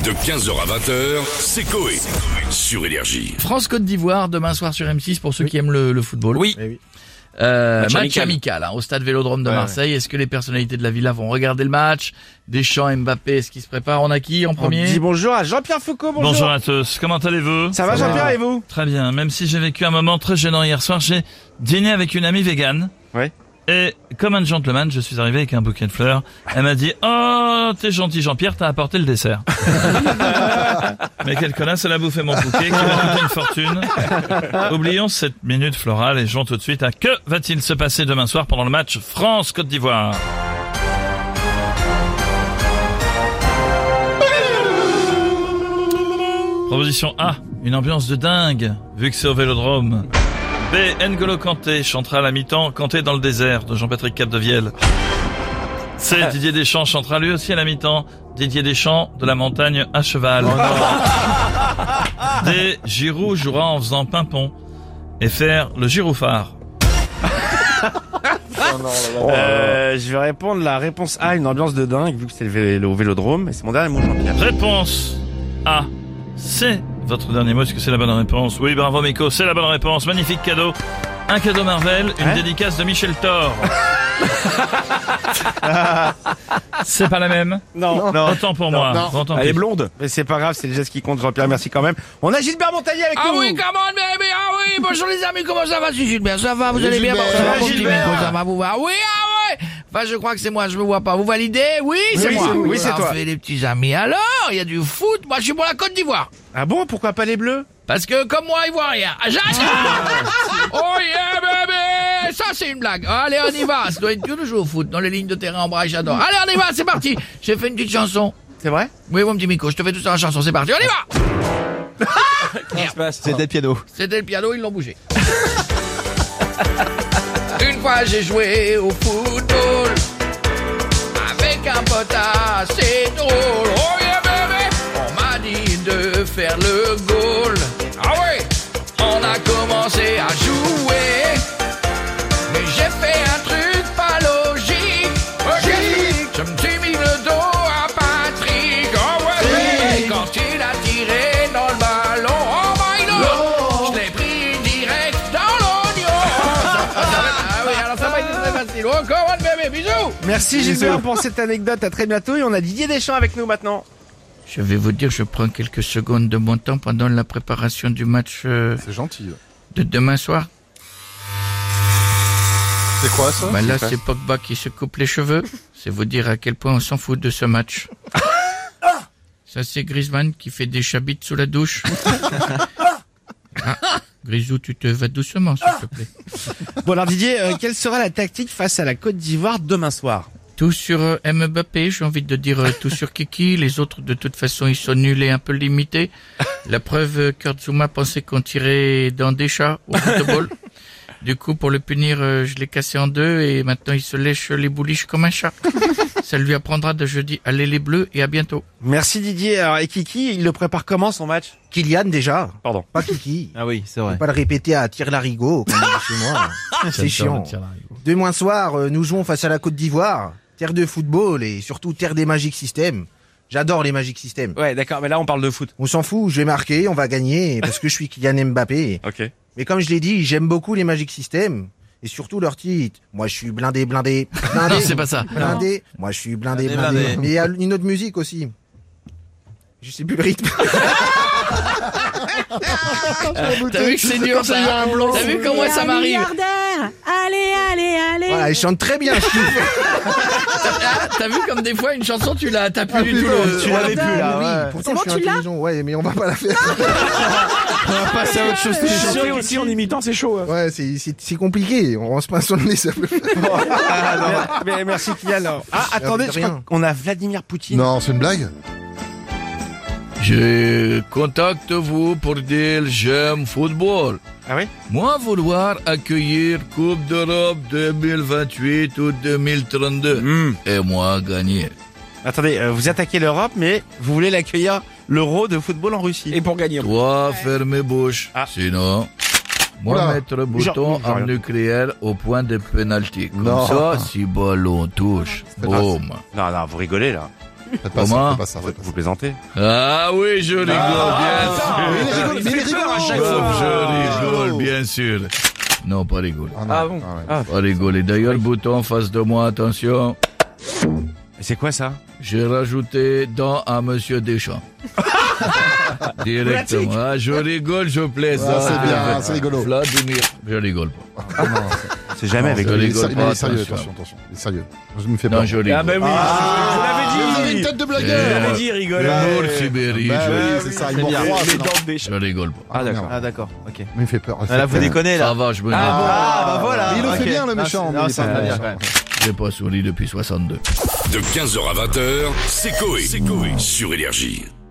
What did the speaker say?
De 15h à 20h, c'est Coé. Sur Énergie. France-Côte d'Ivoire, demain soir sur M6 pour ceux qui aiment le football. Oui. Match amical au stade Vélodrome de Marseille. Est-ce que les personnalités de la Villa vont regarder le match? Deschamps, Mbappé, est-ce qu'ils se préparent? On a qui en premier? On dit bonjour à Jean-Pierre Foucault, bonjour. Bonjour à tous, comment allez-vous? Ça va Jean-Pierre et vous? Très bien, même si j'ai vécu un moment très gênant hier soir, j'ai dîné avec une amie végane. Ouais. Et comme un gentleman, je suis arrivé avec un bouquet de fleurs. Elle m'a dit « Oh, t'es gentil Jean-Pierre, t'as apporté le dessert. » Mais quelle connasse, elle a bouffé mon bouquet qui m'a coûté une fortune. Oublions cette minute florale et jouons tout de suite à que va-t-il se passer demain soir pendant le match France-Côte d'Ivoire. Proposition A, une ambiance de dingue, vu que c'est au Vélodrome. B, N'Golo Kanté chantera à la mi-temps Kanté dans le désert de Jean-Patrick Capdevielle. C, Didier Deschamps chantera lui aussi à la mi-temps Didier Deschamps de la montagne à cheval. D, Giroud jouera en faisant pimpon et faire le gyrophare. Je vais répondre la réponse A, une ambiance de dingue, vu que c'est au Vélodrome, et c'est mon dernier mot Jean-Pierre. Réponse A, c'est votre dernier mot, est-ce que c'est la bonne réponse? Oui, bravo Miko, c'est la bonne réponse. Magnifique cadeau. Un cadeau Marvel, une dédicace de Michel Thor. C'est pas la même? Non. Autant pour moi. Autant Elle est pis. blonde. Mais c'est pas grave, c'est le geste qui compte Jean-Pierre, merci quand même. On a Gilbert Montagnier avec nous. Ah oui, come on baby, ah oui, bonjour les amis, comment ça va? Si Gilbert, ça va, vous allez bien? Gilbert, Ça va, mon petit Gilbert. Nico, ça va, vous va? Oui, ah ouais. Enfin, je crois que c'est moi, je me vois pas. Vous validez? Oui, c'est Oui, moi. c'est- oui, c'est Alors, toi. fait les petits amis. Alors, il y a du foot. Moi, je suis pour la Côte d'Ivoire. Ah bon, pourquoi pas les Bleus? Parce que, comme moi, ivoirien. J'adore! Oh yeah, baby! Ça, c'est une blague. Allez, on y va. Ça doit être dur de jouer au foot. Dans les lignes de terrain en braille, j'adore. Allez, on y va, c'est parti. J'ai fait une petite chanson. C'est vrai? Oui, mon petit Miko, je te fais tout ça en chanson. C'est parti, on y va! C'était le piano. C'était le piano, ils l'ont bougé. Une fois, j'ai joué au football avec un pote assez drôle. Oh yeah, baby! On m'a dit de faire le goal. Ah ouais! On a commencé à jouer, mais j'ai fait un truc pas logique. Je me suis mis le dos à Patrick. Oh ouais, baby! Quand il a tiré dans le ballon, oh my lord! Je l'ai pris direct dans l'oignon. Ah oui, alors ça va être très facile. Oh, come on, baby, bisous! Merci Gilbert pour cette anecdote, à très bientôt, et on a Didier Deschamps avec nous maintenant. Je vais vous dire, je prends quelques secondes de mon temps pendant la préparation du match C'est gentil. de demain soir. C'est quoi ça? Bah là, c'est Pogba qui se coupe les cheveux. C'est vous dire à quel point on s'en fout de ce match. Ça, c'est Griezmann qui fait des chabites sous la douche. Ah, Grisou, tu te vas doucement, s'il te plaît. Bon alors Didier, quelle sera la tactique face à la Côte d'Ivoire demain soir? Tout sur Mbappé, j'ai envie de dire tout sur Kiki. Les autres, de toute façon, ils sont nuls et un peu limités. La preuve, Kurt Zouma pensait qu'on tirait dans des chats au football. Du coup, pour le punir, je l'ai cassé en deux et maintenant il se lèche les bouliches comme un chat. Ça lui apprendra de jeudi. Allez les bleus et à bientôt. Merci Didier. Alors, et Kiki, il le prépare comment son match? Kylian déjà. Pardon. Pas Kiki. Ah oui, c'est vrai. Faut pas le répéter à Tire-Larigot, comme on dit chez moi. C'est chiant. Demain soir, nous jouons face à la Côte d'Ivoire. Terre de football et surtout terre des Magic Systems. J'adore les Magic Systems. Ouais, d'accord, mais là on parle de foot. On s'en fout, je vais marquer, on va gagner, parce que je suis Kylian Mbappé. Ok. Mais comme je l'ai dit, j'aime beaucoup les Magic Systems. Et surtout leur titre. Moi, je suis blindé. Non, c'est pas ça. Blindé. Moi, je suis blindé. Blindé. Mais il y a une autre musique aussi. Je sais plus le rythme. T'as vu que c'est dur, ça? T'as vu comment ça m'arrive? Allez. Voilà, ils chantent très bien, je trouve. T'as vu comme des fois une chanson, t'as plus du tout le... Tu l'avais plus là, Oui, ouais. pourtant, C'est bon, je suis tu l'as intelligent. Ouais, mais on va pas la faire. On va passer à autre chose. Chanter aussi en imitant, c'est chaud. Ouais, c'est compliqué. On se pince sur le nez, ça peut faire. Mais merci Kylian. Ah, attendez, de je crois rien. qu'on a Vladimir Poutine. Non, c'est une blague? Je contacte vous pour dire j'aime football. Ah oui? Moi, vouloir accueillir Coupe d'Europe 2028 ou 2032. Et moi, gagner. Attendez, vous attaquez l'Europe, mais vous voulez l'accueillir l'Euro de football en Russie. Et pour gagner. Toi, fermez bouche. Ah. Sinon, moi, Oula. mettre le bouton Genre en rien. nucléaire au point de pénalty. Comme Non. ça, si ballon touche, boum. Non, vous rigolez là. Faites pas ça, Comment? faites pas ça, faites pas Vous ça. plaisantez. Ah oui, je rigole, bien sûr. Mais il rigole à chaque Je rigole, bien sûr. Non, pas rigoler. Ah bon? ouais. Pas rigoler. D'ailleurs, bouton en face de moi, attention. C'est quoi ça? J'ai rajouté dans à Monsieur Deschamps. Directement. Ah, je rigole, je plaisante. Ah, c'est bien, c'est rigolo. Vladimir, je rigole pas. Ah, non, C'est jamais avec je lui. rigole il pas, est sérieux, attention. attention. Il est sérieux. Je me fais Non, peur. je rigole. Ah bah oui, Ah, je vous avez l'avais une dit. tête de Eh, blagueur. dit, rigole. L'humour Sibérie, Bah je oui, rigole. c'est ça, il m'en croit. Je rigole pas. Ah d'accord. merde. Ah d'accord. Ok. Mais il fait peur. il fait Là, vous peur. déconnez, là. Ça va, je me Ah, bah voilà. Mais il le fait ok. bien, le Non, méchant. c'est- mais non, il est c'est pas pas méchant. bien, quand même. J'ai pas souri depuis 62. De 15h à 20h, c'est Coé. Sur Énergie.